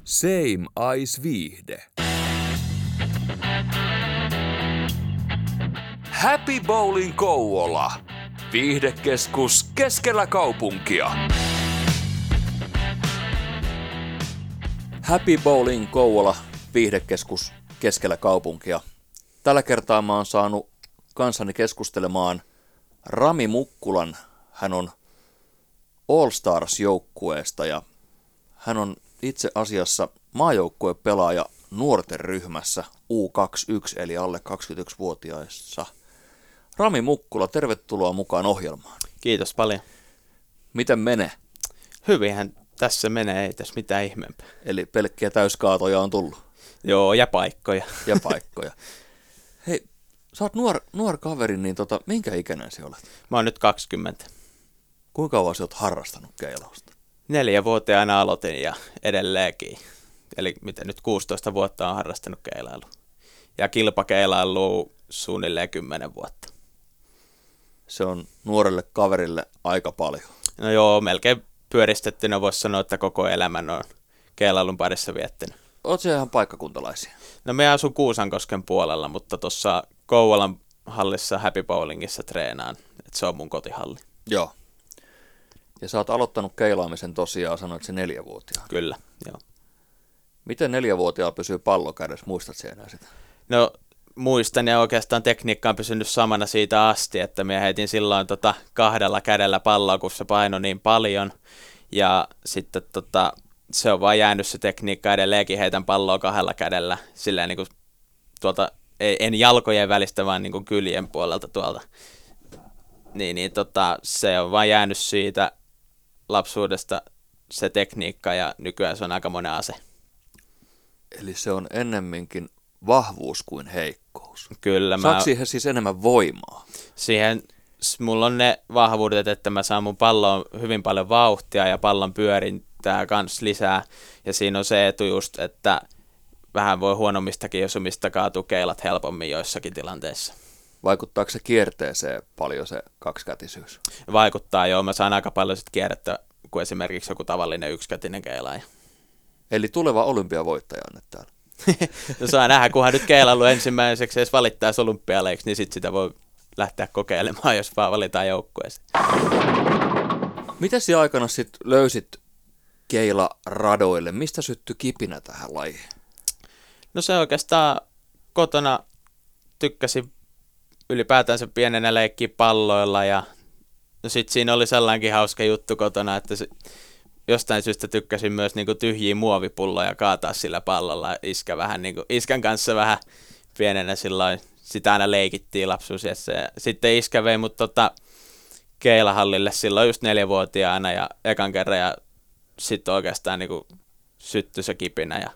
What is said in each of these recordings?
Same Eyes Viihde. Happy Bowling Kouvola. Viihdekeskus keskellä kaupunkia. Happy Bowling Kouvola, viihdekeskus keskellä kaupunkia. Tällä kertaa mä oon saanut kanssani keskustelemaan Rami Mukkulan. Hän on All Stars-joukkueesta ja hän on itse asiassa maajoukkuepelaaja nuorten ryhmässä U21 eli alle 21-vuotiaissa. Rami Mukkula, tervetuloa mukaan ohjelmaan. Kiitos paljon. Miten menee? Hyvinhän tässä menee, ei tässä mitään ihmeempää. Eli pelkkiä täyskaatoja on tullut. Joo, ja paikkoja. Ja paikkoja. Hei, sä oot nuor kaveri, niin minkä ikäinen sä olet? Mä oon nyt 20. Kuinka kauan sä oot harrastanut keilausta? 4-vuotiaana aloitin ja edelleenkin. Eli mitä nyt 16 vuotta on harrastanut keilailua. Ja kilpakeilailua suunnilleen 10 vuotta. Se on nuorelle kaverille aika paljon. No joo, melkein pyöristettynä voisi sanoa, että koko elämän on keilailun parissa viettänyt. Oot sä ihan paikkakuntalaisia? No me asun Kuusankosken puolella, mutta tuossa Kouvolan hallissa Happy Bowlingissa treenaan. Et se on mun kotihalli. Joo. Ja sä oot aloittanut keilaamisen tosiaan, sanoit se 4-vuotiaana. Kyllä, joo. Miten 4-vuotiaalla pysyy pallo kädessä? Muistat sä enää sitä? No muistan ja oikeastaan tekniikka on pysynyt samana siitä asti, että minä heitin silloin kahdella kädellä palloa, kun se painoi niin paljon. Ja sitten se on vaan jäänyt se tekniikka edelleenkin, heitän palloa kahdella kädellä, silleen niin kuin tuolta, en jalkojen välistä, vaan niin kuin kyljen puolelta tuolta. Se on vaan jäänyt siitä lapsuudesta se tekniikka ja nykyään se on aika monen ase. Eli se on ennemminkin vahvuus kuin heikkous. Kyllä. Saatko siihen siis enemmän voimaa? Siihen mulla on ne vahvuudet, että mä saan mun palloon hyvin paljon vauhtia ja pallon pyörintää kans lisää. Ja siinä on se etu just, että vähän voi huonommistakin osumista kaatua keilat helpommin joissakin tilanteissa. Vaikuttaako se kierteeseen paljon se kaksikätisyys? Vaikuttaa joo, mä saan aika paljon sit kierrettä kuin esimerkiksi joku tavallinen yksikätinen keilaaja. Eli tuleva olympiavoittaja on nyt täällä. No saa nähdä, kunhan nyt keilailu ensimmäiseksi edes valittaisi olympialeiksi, niin sit sitä voi lähteä kokeilemaan, jos vaan valitaan joukkueeseen. Miten sinä aikana sitten löysit keilaradoille? Mistä syttyi kipinä tähän lajiin? No se oikeastaan kotona tykkäsin ylipäätänsä pienenä leikkiä palloilla ja no sitten siinä oli sellainenkin hauska juttu kotona, että jostain syystä tykkäsin myös niinku tyhjiä muovipulloja kaataa sillä pallolla. Iskän kanssa vähän pienenä silloin, sitä aina leikittiin lapsuudessa. Ja sitten iskä vei mut keilahallille silloin just 4-vuotiaana ja ekan kerran ja sitten oikeastaan niinku syttyi se kipinä. Ja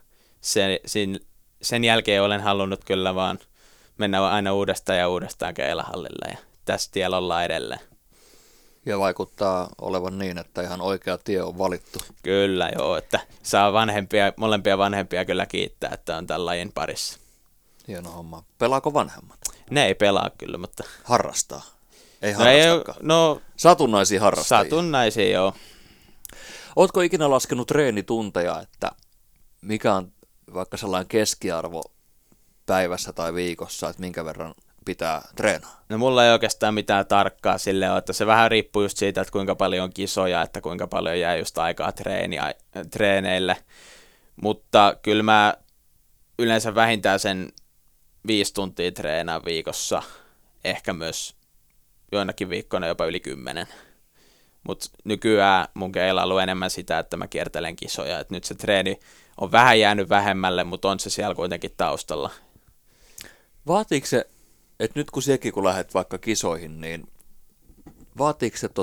sen jälkeen olen halunnut kyllä vaan mennä aina uudestaan ja uudestaan keilahallille ja tässä tiellä ollaan edelleen. Ja vaikuttaa olevan niin, että ihan oikea tie on valittu. Kyllä joo, että saa molempia vanhempia kyllä kiittää, että on tämän lajin parissa. Hieno homma. Pelaako vanhemmat? Ne ei pelaa kyllä, mutta harrastaa. Ei harrastakaan. No, satunnaisia harrastajia. Satunnaisia, joo. Ootko ikinä laskenut treenitunteja, että mikä on vaikka sellainen keskiarvo päivässä tai viikossa, että minkä verran pitää treenaa? No mulla ei oikeastaan mitään tarkkaa silleen, että se vähän riippuu just siitä, että kuinka paljon on kisoja, että kuinka paljon jää just aikaa treeneille. Mutta kyllä mä yleensä vähintään sen 5 tuntia treenaan viikossa, ehkä myös joinakin viikkoina jopa yli 10. Mutta nykyään mun keilailu on enemmän sitä, että mä kiertelen kisoja. Et nyt se treeni on vähän jäänyt vähemmälle, mutta on se siellä kuitenkin taustalla. Vaatiiko se, että nyt kun sekin kun lähdet vaikka kisoihin, niin vaatiiko se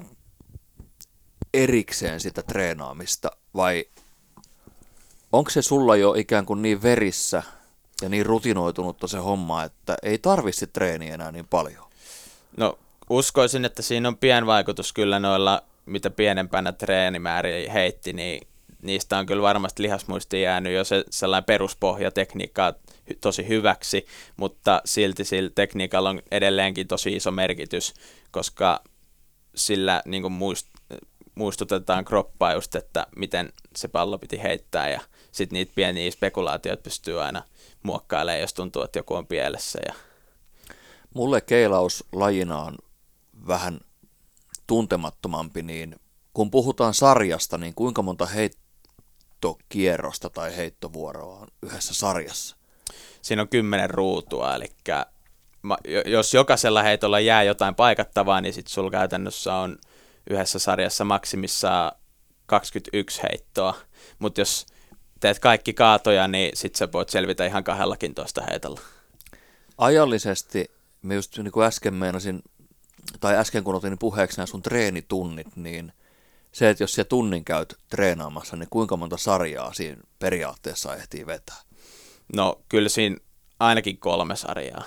erikseen sitä treenaamista vai onko se sulla jo ikään kuin niin verissä ja niin rutinoitunutta se homma, että ei tarvitse treeniä enää niin paljon? No uskoisin, että siinä on pieni vaikutus kyllä noilla, mitä pienempänä treenimääriä heitti, niin niistä on kyllä varmasti lihasmuistiin jäänyt jo sellainen peruspohja tekniikkaa tosi hyväksi, mutta silti sillä tekniikalla on edelleenkin tosi iso merkitys, koska sillä niin kuin muistutetaan kroppaa just, että miten se pallo piti heittää ja sitten niitä pieniä spekulaatioita pystyy aina muokkailemaan, jos tuntuu, että joku on pielessä. Ja Mulle keilaus lajina on vähän tuntemattomampi, niin kun puhutaan sarjasta, niin kuinka monta heittokierrosta tai heittovuoroa on yhdessä sarjassa? Siinä on 10 ruutua, eli jos jokaisella heitolla jää jotain paikattavaa, niin sitten sulla käytännössä on yhdessä sarjassa maksimissaan 21 heittoa, mutta jos teet kaikki kaatoja, niin sitten sä voit selvitä ihan 12 heitolla. Ajallisesti, me just niin kuin äsken meinasin, tai äsken kun otin puheeksi nämä sun treenitunnit, niin se, että jos sä tunnin käyt treenaamassa, niin kuinka monta sarjaa siinä periaatteessa ehtii vetää? No kyllä siinä ainakin 3 sarjaa.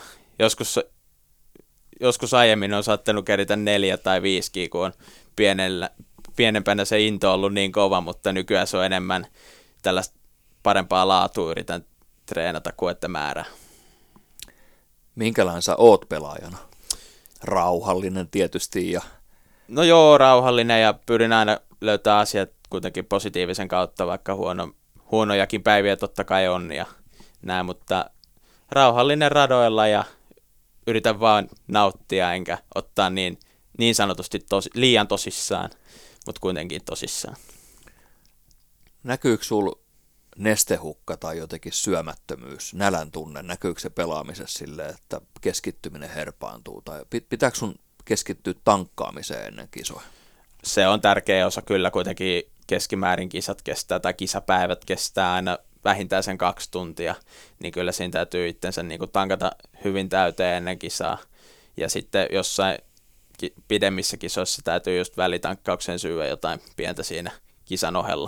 Joskus aiemmin on saattanut keritä 4 tai 5, kun on pienempänä se into ollut niin kova, mutta nykyään se on enemmän tällaista parempaa laatua yritän treenata kuin että määrää. Minkälainen sä oot pelaajana? Rauhallinen tietysti ja... No joo, rauhallinen ja pyrin aina löytää asiat kuitenkin positiivisen kautta, vaikka huonojakin päiviä totta kai on ja näin, mutta rauhallinen radoilla ja yritän vaan nauttia enkä ottaa niin sanotusti liian tosissaan, mutta kuitenkin tosissaan. Näkyykö sul nestehukka tai jotenkin syömättömyys, nälän tunne, näkyykö se pelaamisessa silleen, että keskittyminen herpaantuu, tai pitääkö sun keskittyä tankkaamiseen ennen kisoja? Se on tärkeä osa kyllä, kuitenkin keskimäärin kisat kestää tai kisapäivät kestää aina vähintään sen 2 tuntia, niin kyllä siinä täytyy itsensä niin kuin tankata hyvin täyteen ennen kisaa, ja sitten jossain pidemmissä kisoissa täytyy just välitankkaukseen syödä jotain pientä siinä kisan ohella.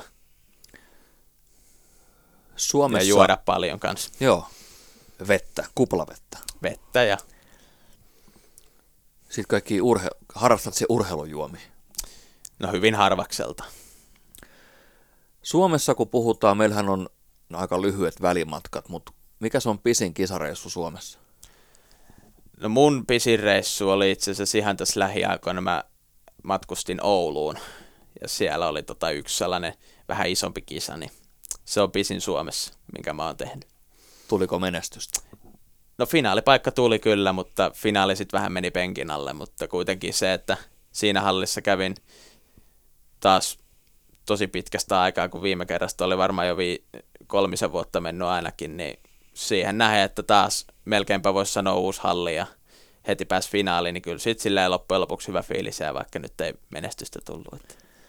Suomessa... Ja juoda paljon kanssa. Joo, vettä, kuplavettä. Vettä ja... Sitten kaikki harrastat se urheilujuomia. No hyvin harvakselta. Suomessa kun puhutaan, meillähän on aika lyhyet välimatkat, mutta mikä se on pisin kisareissu Suomessa? No mun pisin reissu oli itse asiassa ihan tässä lähiaikoina. Mä matkustin Ouluun ja siellä oli yksi sellainen vähän isompi kisa, niin se on pisin Suomessa, minkä mä oon tehnyt. Tuliko menestystä? No finaalipaikka tuli kyllä, mutta finaali sitten vähän meni penkin alle, mutta kuitenkin se, että siinä hallissa kävin taas tosi pitkästä aikaa, kun viime kerrasta oli varmaan jo 3 vuotta mennyt ainakin, niin siihen nähden, että taas melkeinpä voisi sanoa uusi halli ja heti pääsi finaaliin, niin kyllä sitten silleen loppujen lopuksi hyvä fiilis, ja vaikka nyt ei menestystä tullut.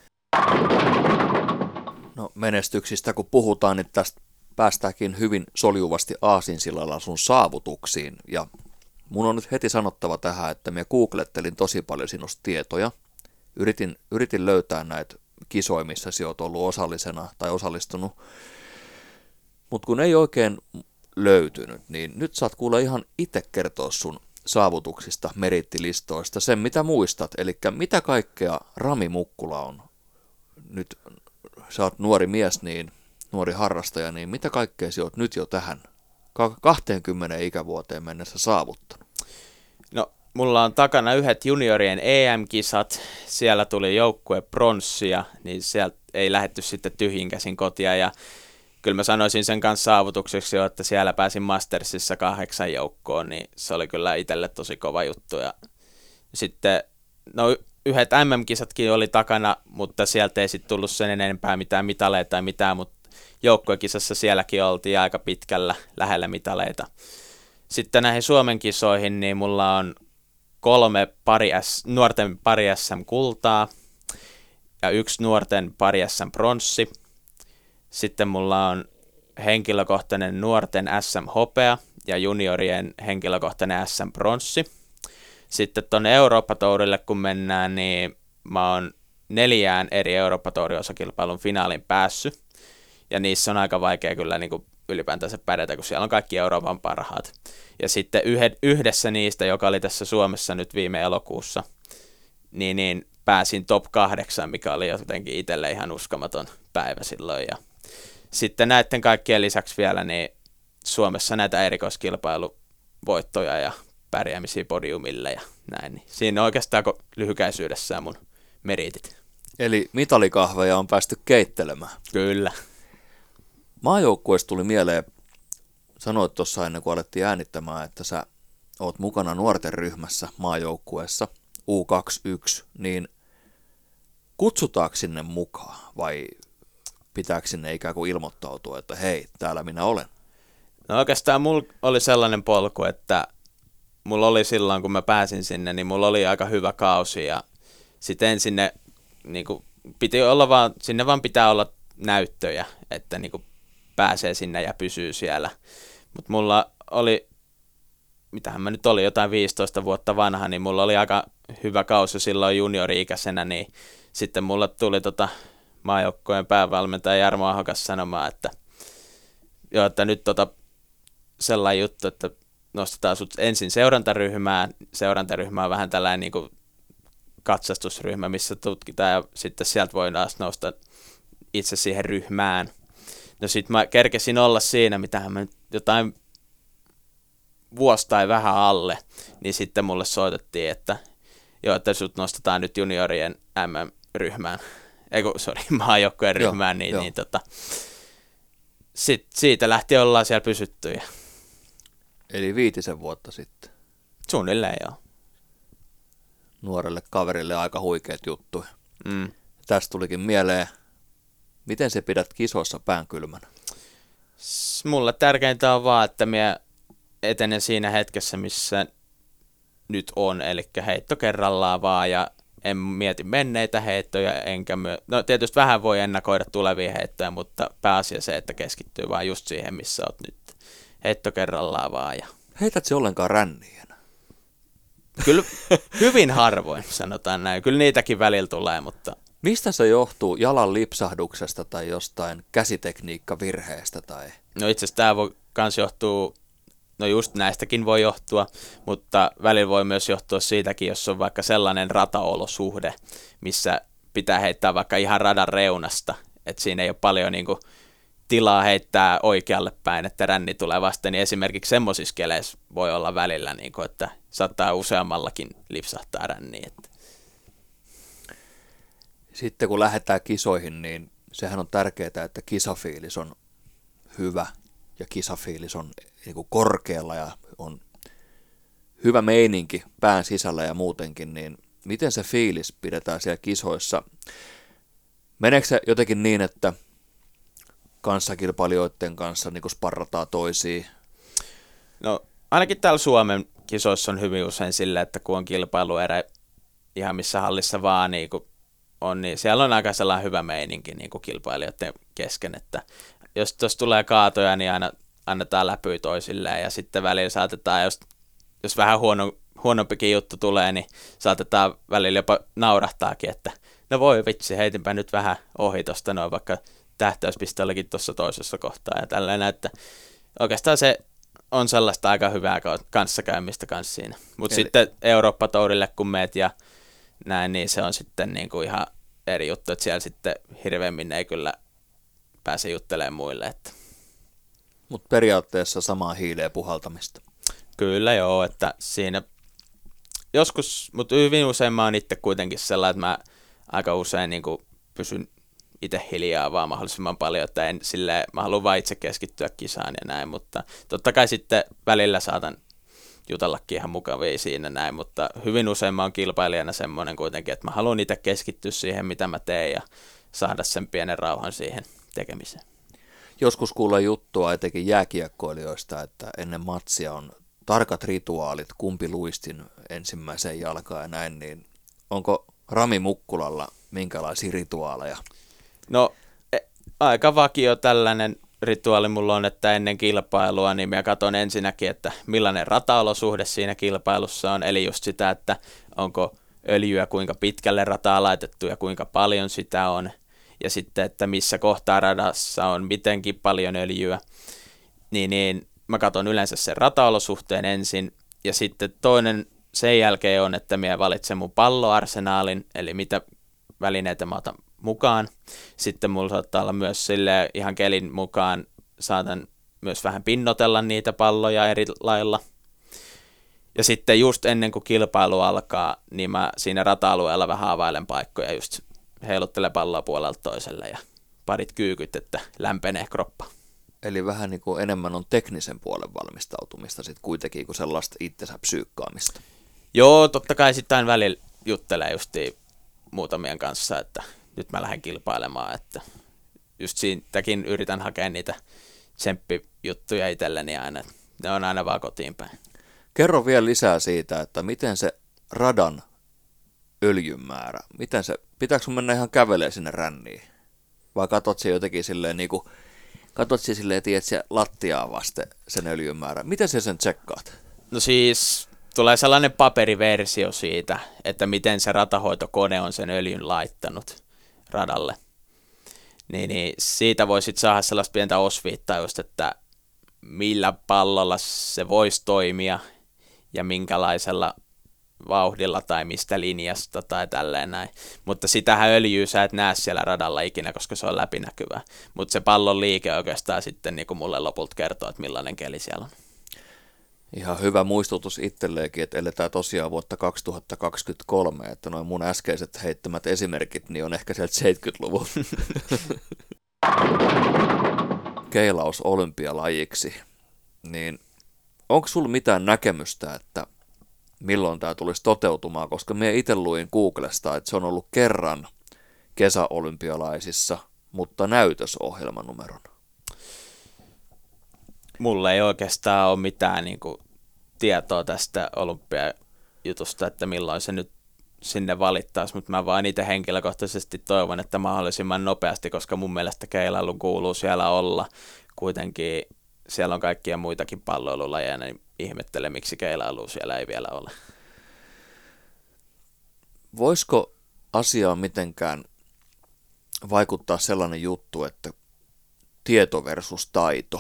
No menestyksistä kun puhutaan, niin tästä päästäänkin hyvin soljuvasti aasinsillalla sun saavutuksiin, ja mun on nyt heti sanottava tähän, että minä googlettelin tosi paljon sinusta tietoja, yritin löytää näitä kisoja, missä sinä olet ollut osallisena tai osallistunut, mutta kun ei oikein löytynyt, niin nyt saat kuulla ihan itse kertoa sun saavutuksista, merittilistoista, sen mitä muistat, eli mitä kaikkea Rami Mukkula on nyt, sä oot nuori mies, niin nuori harrastaja, niin mitä kaikkea sä oot nyt jo tähän 20 ikävuoteen mennessä saavuttanut? No, mulla on takana yhdet juniorien EM-kisat, siellä tuli joukkue pronssia, niin sieltä ei lähdetty sitten tyhjin käsin kotia, ja kyllä mä sanoisin sen kanssa saavutukseksi jo, että siellä pääsin Mastersissa 8 joukkoon, niin se oli kyllä itselle tosi kova juttu. Ja sitten, no yhdet MM-kisatkin oli takana, mutta sieltä ei sitten tullut sen enempää mitään mitaleita tai mitään, mutta joukkuekisassa sielläkin oltiin aika pitkällä lähellä mitaleita. Sitten näihin Suomen kisoihin, niin mulla on 3 nuorten pari SM-kultaa ja 1 nuorten pari SM-pronssi. Sitten mulla on henkilökohtainen nuorten SM-hopea ja juniorien henkilökohtainen SM-pronssi. Sitten tuonne Eurooppa-tourille kun mennään, niin mä oon 4 eri Eurooppa-touriosakilpailun finaalin päässyt. Ja niissä on aika vaikea kyllä niin kuin ylipäätänsä pärjätä, kun siellä on kaikki Euroopan parhaat. Ja sitten yhdessä niistä, joka oli tässä Suomessa nyt viime elokuussa, niin pääsin top 8, mikä oli jotenkin itselle ihan uskomaton päivä silloin. Ja sitten näiden kaikkien lisäksi vielä niin Suomessa näitä erikoiskilpailuvoittoja ja pärjäämisiä podiumille ja näin. Niin siinä on oikeastaan lyhykäisyydessään mun meritit. Eli mitalikahveja on päästy keittelemään. Kyllä. Maajoukkueesta tuli mieleen, sanoit tuossa ennen kuin alettiin äänittämään, että sä oot mukana nuorten ryhmässä maajoukkueessa U21, niin kutsutaanko sinne mukaan vai pitääkö sinne ikään kuin ilmoittautua, että hei, täällä minä olen? No oikeastaan mulla oli sellainen polku, että mulla oli silloin, kun mä pääsin sinne, niin mulla oli aika hyvä kausi ja sitten sinne niin kuin, piti olla vaan, sinne vaan pitää olla näyttöjä, että niin kuin, pääsee sinne ja pysyy siellä. Mutta mulla oli, mitähän mä nyt olin, jotain 15 vuotta vanha, niin mulla oli aika hyvä kausi silloin juniori-ikäisenä, niin sitten mulla tuli maajoukkojen päävalmentaja Jarmo Ahokas sanomaan, että joo, että nyt sellainen juttu, että nostetaan sut ensin seurantaryhmään. Seurantaryhmä on vähän tällainen niin kuin katsastusryhmä, missä tutkitaan ja sitten sieltä voidaan nousta itse siihen ryhmään. No sit mä kerkesin olla siinä, mitähän mä nyt jotain vuosi tai vähän alle, niin sitten mulle soitettiin, että joo, että sut nostetaan nyt juniorien MM-ryhmään, maajoukkojen ryhmään, niin siitä lähtien ollaan siellä pysytty. Eli 5 vuotta sitten. Suunnilleen joo. Nuorelle kaverille aika huikeat juttuja. Tästä tulikin mieleen, miten sä pidät kisoissa pään kylmänä? Mulle tärkeintä on vaan, että minä etenen siinä hetkessä, missä nyt on, eli heitto kerrallaan vaan, ja en mieti menneitä heittoja, no tietysti vähän voi ennakoida tulevia heittoja, mutta pääasia se, että keskittyy vaan just siihen, missä olet nyt. Heitto kerrallaan vaan. Ja Heität se ollenkaan ränniä? Kyllä hyvin harvoin, sanotaan näin. Kyllä niitäkin välillä tulee, mutta Mistä se johtuu? Jalan lipsahduksesta tai jostain käsitekniikkavirheestä? Tai no itse asiassa tämä voi kans johtua, no just näistäkin voi johtua, mutta välillä voi myös johtua siitäkin, jos on vaikka sellainen rataolosuhde, missä pitää heittää vaikka ihan radan reunasta, että siinä ei ole paljon niinku tilaa heittää oikealle päin, että ränni tulee vasten, niin esimerkiksi semmoisissa keleissä voi olla välillä, niinku, että saattaa useammallakin lipsahtaa ränniin. sitten kun lähdetään kisoihin, niin sehän on tärkeää, että kisafiilis on hyvä ja kisafiilis on niin kuin korkealla ja on hyvä meininki pään sisällä ja muutenkin, niin miten se fiilis pidetään siellä kisoissa? Meneekö se jotenkin niin, että kanssakilpailijoiden kanssa niin kuin sparrataan toisiin? No ainakin täällä Suomen kisoissa on hyvin usein sillä, että kun on kilpailuerä ihan missä hallissa vaan niin kuin on, niin siellä on aika sellainen hyvä meininki niin kuin kilpailijoiden kesken, että jos tuossa tulee kaatoja, niin aina annetaan läpyä toisilleen ja sitten välillä saatetaan, jos vähän huonompikin juttu tulee, niin saatetaan välillä jopa naurahtaakin, että no voi vitsi, heitinpä nyt vähän ohi tuosta noin vaikka tähtäyspistollekin tuossa toisessa kohtaa ja tällainen, että oikeastaan se on sellaista aika hyvää kanssakäymistä kanssa siinä. Mutta sitten Eurooppa-tourille kun meet ja näin, niin se on sitten niinku ihan eri juttu, että siellä sitten hirveämmin ei kyllä pääse juttelemaan muille. Mutta periaatteessa samaa hiileen puhaltamista. Kyllä joo, että siinä joskus, mutta hyvin usein mä oon itse kuitenkin sellainen, että mä aika usein niinku pysyn itse hiljaa vaan mahdollisimman paljon, että mä haluan vaan itse keskittyä kisaan ja näin, mutta totta kai sitten välillä saatan jutellakin ihan mukavia siinä näin, mutta hyvin usein mä oon kilpailijana semmoinen kuitenkin, että mä haluan itse keskittyä siihen, mitä mä teen ja saada sen pienen rauhan siihen tekemiseen. Joskus kuulee juttua etenkin jääkiekkoilijoista, että ennen matsia on tarkat rituaalit, kumpi luistin ensimmäiseen jalkaan ja näin, niin onko Rami Mukkulalla minkälaisia rituaaleja? No aika vakio tällainen rituaali mulla on, että ennen kilpailua niin mä katson ensinnäkin, että millainen rataolosuhde siinä kilpailussa on, eli just sitä, että onko öljyä kuinka pitkälle rataa laitettu ja kuinka paljon sitä on, ja sitten, että missä kohtaa radassa on mitenkin paljon öljyä, niin mä katson yleensä sen rataolosuhteen ensin, ja sitten toinen sen jälkeen on, että mä valitsen mun palloarsenaalin, eli mitä välineitä mä otan mukaan. Sitten mulla saattaa olla myös silleen ihan kelin mukaan, saatan myös vähän pinnotella niitä palloja eri lailla. Ja sitten just ennen kuin kilpailu alkaa, niin mä siinä rata-alueella vähän availen paikkoja just heiluttelee palloa puolelta toiselle ja parit kyykyt, että lämpenee kroppa. Eli vähän niin kuin enemmän on teknisen puolen valmistautumista sitten kuitenkin kuin sellaista itsensä psyykkaamista. Joo, totta kai sitten aina välillä juttelee justiin muutamien kanssa, että nyt mä lähden kilpailemaan, että just siitäkin yritän hakea niitä tsemppijuttuja itselleni aina, ne on aina vaan kotiin päin. Kerro vielä lisää siitä, että miten se radan öljyn määrä, pitääkö sun mennä ihan kävelemään sinne ränniin? Vai katot se jotenkin silleen niin kuin, tiedät, lattiaa vasten sen öljyn määrä. Miten sä sen tsekkaat? No siis tulee sellainen paperiversio siitä, että miten se ratahoitokone on sen öljyn laittanut radalle. Niin siitä voi sitten saada sellaista pientä osviittaa just, että millä pallolla se voisi toimia ja minkälaisella vauhdilla tai mistä linjasta tai tälleen näin. Mutta sitähän öljyä sä et näe siellä radalla ikinä, koska se on läpinäkyvää. Mutta se pallon liike oikeastaan sitten niin kuin mulle lopulta kertoo, että millainen keli siellä on. Ihan hyvä muistutus itselleenkin, että eletään tosiaan vuotta 2023, että noin mun äskeiset heittämät esimerkit niin on ehkä sieltä 70-luvun. Keilaus olympialajiksi, niin onko sulla mitään näkemystä, että milloin tämä tulisi toteutumaan, koska minä itse luin Googlesta, että se on ollut kerran kesäolympialaisissa, mutta näytösohjelmanumerona. Mulla ei oikeastaan ole mitään niin kuin tietoa tästä olympiajutusta, että milloin se nyt sinne valittaisi, mutta mä vaan itse henkilökohtaisesti toivon, että mahdollisimman nopeasti, koska mun mielestä keilailun kuuluu siellä olla. Kuitenkin siellä on kaikkia muitakin palloilulajeja, niin ihmettelen, miksi keilailu siellä ei vielä ole. Voisiko asiaan mitenkään vaikuttaa sellainen juttu, että tieto versus taito,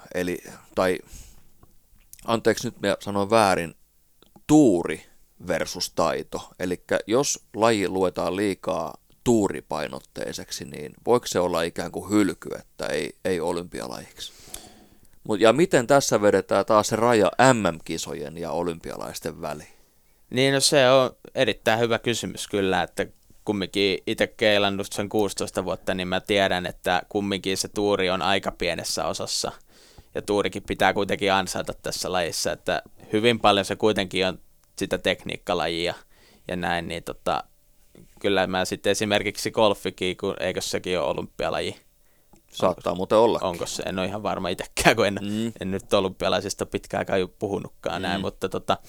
anteeksi nyt mä sanoin väärin, tuuri versus taito, eli jos laji luetaan liikaa tuuripainotteiseksi, niin voiko se olla ikään kuin hylky, että ei olympialajiksi? Ja miten tässä vedetään taas se raja MM-kisojen ja olympialaisten väliin? Niin, no se on erittäin hyvä kysymys kyllä, että kumminkin itse keilannut sen 16 vuotta, niin mä tiedän, että kumminkin se tuuri on aika pienessä osassa. Ja tuurikin pitää kuitenkin ansaita tässä lajissa, että hyvin paljon se kuitenkin on sitä tekniikkalajia ja näin, niin kyllä mä sitten esimerkiksi golfikin, eikö sekin ole olympialaji? Saattaa muuten olla. Onko se? En ole ihan varma itsekään, kun en nyt olympialaisista pitkään aikaa puhunutkaan näin, mutta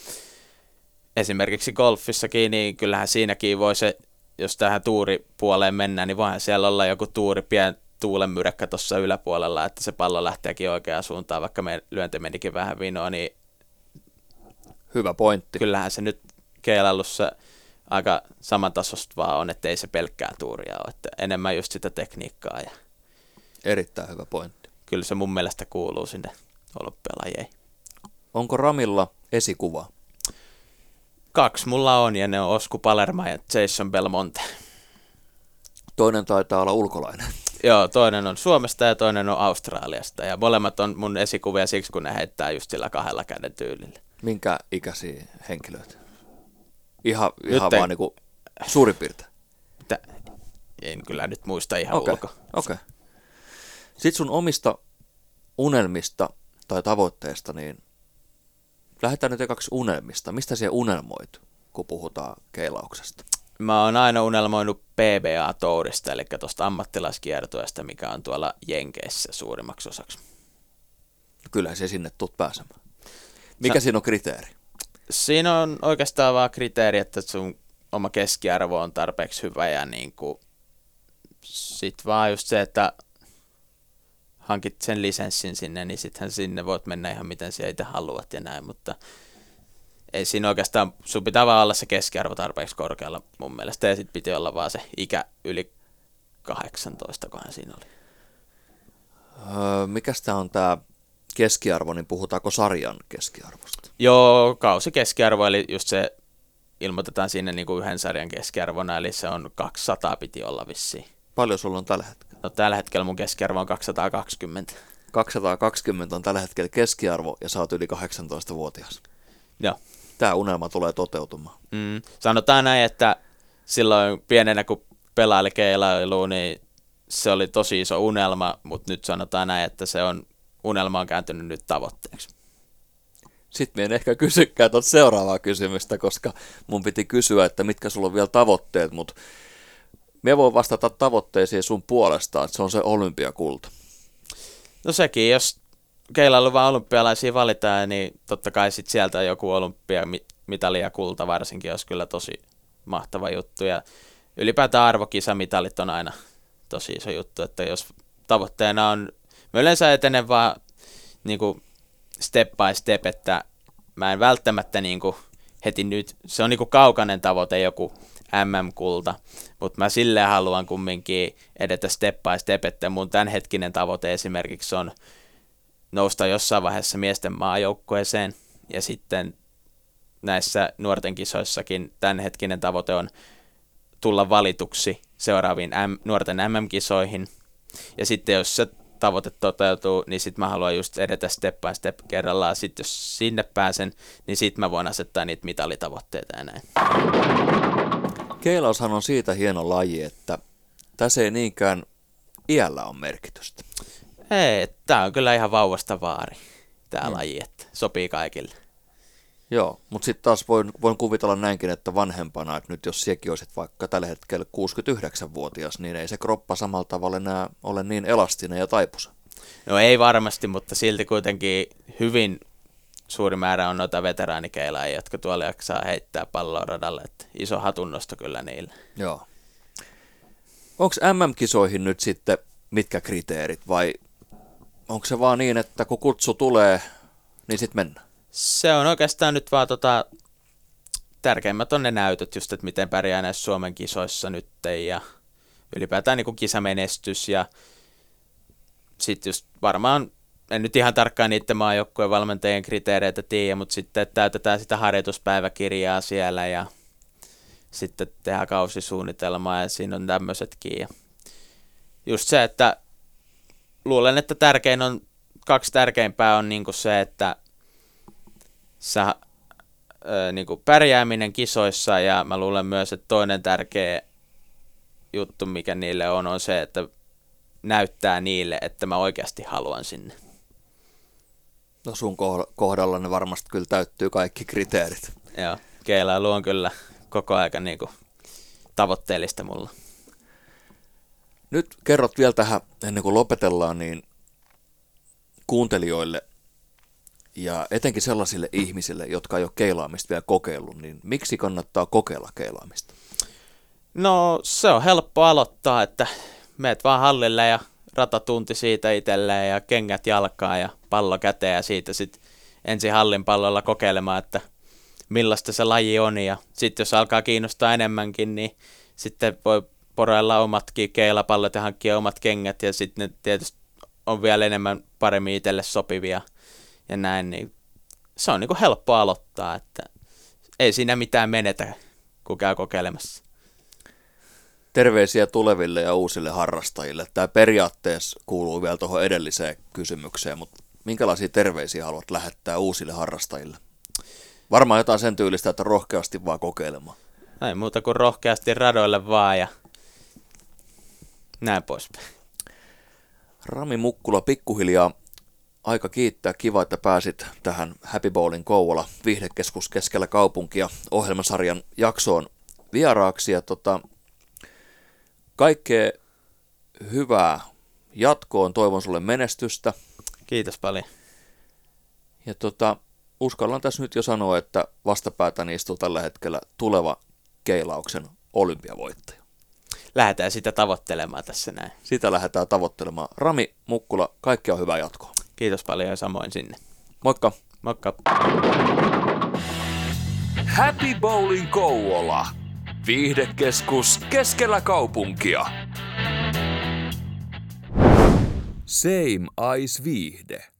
esimerkiksi golfissakin, niin kyllähän siinäkin voi se, jos tähän tuuripuoleen mennään, niin voihan siellä olla joku tuuri, pien tuulenmyräkkä tuossa yläpuolella, että se pallo lähteekin oikeaan suuntaan, vaikka me lyönti menikin vähän vinoa, niin hyvä pointti. Kyllähän se nyt keilailussa aika samantasosta vaan on, että ei se pelkkää tuuria ole, että enemmän just sitä tekniikkaa. Ja erittäin hyvä pointti. Kyllä se mun mielestä kuuluu sinne olympialajeihin. Onko Ramilla esikuva? 2 mulla on, ja ne on Osku Palermo ja Jason Belmonte. Toinen taitaa olla ulkolainen. Joo, toinen on Suomesta ja toinen on Australiasta, ja molemmat on mun esikuvia siksi, kun ne heittää just sillä 2 käden tyylillä. Minkä ikäisiä henkilöitä? Ihan vaan niinku suurin piirtein. En kyllä nyt muista ihan ulkoa. Okei. Sitten sun omista unelmista tai tavoitteista, niin lähdetään nyt ekaksi unelmista. Mistä siellä unelmoit, kun puhutaan keilauksesta? Mä oon aina unelmoinut PBA-tourista, eli tuosta ammattilaiskiertueesta, mikä on tuolla Jenkeissä suurimmaksi osaksi. Kyllähän se sinne tuut pääsemään. Mikä siinä on kriteeri? Siinä on oikeastaan vaan kriteeri, että sun oma keskiarvo on tarpeeksi hyvä ja sit vaan just se, että hankit sen lisenssin sinne, niin sittenhän sinne voit mennä ihan miten sä itse haluat ja näin, mutta ei siinä oikeastaan, sun pitää vaan olla se keskiarvo tarpeeksi korkealla mun mielestä, ja sit piti olla vaan se ikä yli 18, kohan siinä oli. Mikäs tää on tää keskiarvo, niin puhutaanko sarjan keskiarvosta? Joo, kausi keskiarvo, eli just se ilmoitetaan sinne niin kuin yhden sarjan keskiarvona, eli se on 200 piti olla vissiin. Paljon sulla on tällä hetkellä? No tällä hetkellä mun keskiarvo on 220. 220 on tällä hetkellä keskiarvo ja sä oot yli 18-vuotias. Joo. Tää unelma tulee toteutumaan. Sanotaan näin, että silloin pienenä kun pelaili keilailuun, niin se oli tosi iso unelma, mutta nyt sanotaan näin, että unelma on kääntynyt nyt tavoitteeksi. Sitten en ehkä kysykään tuota seuraavaa kysymystä, koska mun piti kysyä, että mitkä sulla on vielä tavoitteet, mutta me voin vastata tavoitteisiin sun puolestaan, että se on se olympiakulta. No sekin, jos keilailu vaan olympialaisia valitaan, niin totta kai sit sieltä joku olympiamitali ja kulta varsinkin olisi kyllä tosi mahtava juttu. Ja ylipäätään arvokisamitalit on aina tosi iso juttu, että jos tavoitteena on, mä yleensä etenen vaan niin kuin step by step, että mä en välttämättä niin kuin heti nyt, se on niin kuin kaukainen tavoite joku MM-kulta, mutta mä silleen haluan kumminkin edetä step by step, että mun tämänhetkinen tavoite esimerkiksi on nousta jossain vaiheessa miesten maajoukkueeseen, ja sitten näissä nuorten kisoissakin tämänhetkinen tavoite on tulla valituksi seuraaviin nuorten MM-kisoihin, ja sitten jos se tavoite toteutuu, niin sitten mä haluan just edetä step by step kerrallaan, sitten jos sinne pääsen, niin sitten mä voin asettaa niitä mitalitavoitteita ja näin. Keilaushan on siitä hieno laji, että tässä ei niinkään iällä ole merkitystä. Ei, tää on kyllä ihan vauvasta vaari, tää laji, että sopii kaikille. Joo, mutta sitten taas voin kuvitella näinkin, että vanhempana, että nyt jos siekin olisit vaikka tällä hetkellä 69-vuotias, niin ei se kroppa samalla tavalla enää ole niin elastinen ja taipuisa. No ei varmasti, mutta silti kuitenkin hyvin suuri määrä on noita veteraanikeilaajia, jotka tuolla jaksaa heittää palloa radalle, että iso hatunnosto kyllä niille. Joo. Onko MM-kisoihin nyt sitten mitkä kriteerit vai onko se vaan niin, että kun kutsu tulee, niin sitten mennään? Se on oikeastaan nyt vaan tärkeimmät on ne näytöt just, että miten pärjää näissä Suomen kisoissa nyt ja ylipäätään niin kuin kisamenestys ja sitten just varmaan, en nyt ihan tarkkaan niiden maajoukkueen valmentajien kriteereitä tiedä, mutta sitten täytetään sitä harjoituspäiväkirjaa siellä ja sitten tehdään kausisuunnitelmaa ja siinä on tämmöisetkin. Ja just se, että luulen, että kaksi tärkeimpää on niin kuin se, että niin kuin pärjääminen kisoissa ja mä luulen myös, että toinen tärkeä juttu, mikä niille on se, että näyttää niille, että mä oikeasti haluan sinne. No sun kohdalla ne varmasti kyllä täyttyy kaikki kriteerit. Joo, keilailu on kyllä koko aika niin kuin tavoitteellista mulla. Nyt kerrot vielä tähän, ennen kuin lopetellaan, niin kuuntelijoille ja etenkin sellaisille ihmisille, jotka ei ole keilaamista vielä kokeillut, niin miksi kannattaa kokeilla keilaamista? No se on helppo aloittaa, että meet vaan hallille ja ratatunti siitä itselleen ja kengät jalkaan ja pallo käteen ja siitä sitten ensin hallin pallolla kokeilemaan, että millaista se laji on ja sitten jos alkaa kiinnostaa enemmänkin, niin sitten voi porailla omatkin keilapallot ja hankkia omat kengät ja sitten ne tietysti on vielä enemmän paremmin itselle sopivia ja näin, niin se on niinku helppo aloittaa, että ei siinä mitään menetä, kun käy kokeilemassa. Terveisiä tuleville ja uusille harrastajille. Tämä periaatteessa kuuluu vielä tuohon edelliseen kysymykseen, mutta minkälaisia terveisiä haluat lähettää uusille harrastajille? Varmaan jotain sen tyylistä, että rohkeasti vaan kokeilemaan. Ei muuta kuin rohkeasti radoille vaan ja näin poispäin. Rami Mukkula, pikkuhiljaa aika kiittää. Kiva, että pääsit tähän Happy Bowlin Kouvola viihdekeskus keskellä kaupunkia ohjelmasarjan jaksoon vieraaksi. Ja kaikkea hyvää jatkoon. Toivon sulle menestystä. Kiitos paljon. Ja uskallan tässä nyt jo sanoa, että vastapäätäni istuu tällä hetkellä tuleva keilauksen olympiavoittaja. Lähdetään sitä tavoittelemaan tässä näin. Sitä lähdetään tavoittelemaan. Rami Mukkula, kaikkea hyvää jatkoa. Kiitos paljon ja samoin sinne. Moikka. Moikka. Happy Bowling Kouvola. Viihdekeskus keskellä kaupunkia. Same Ice Viihde.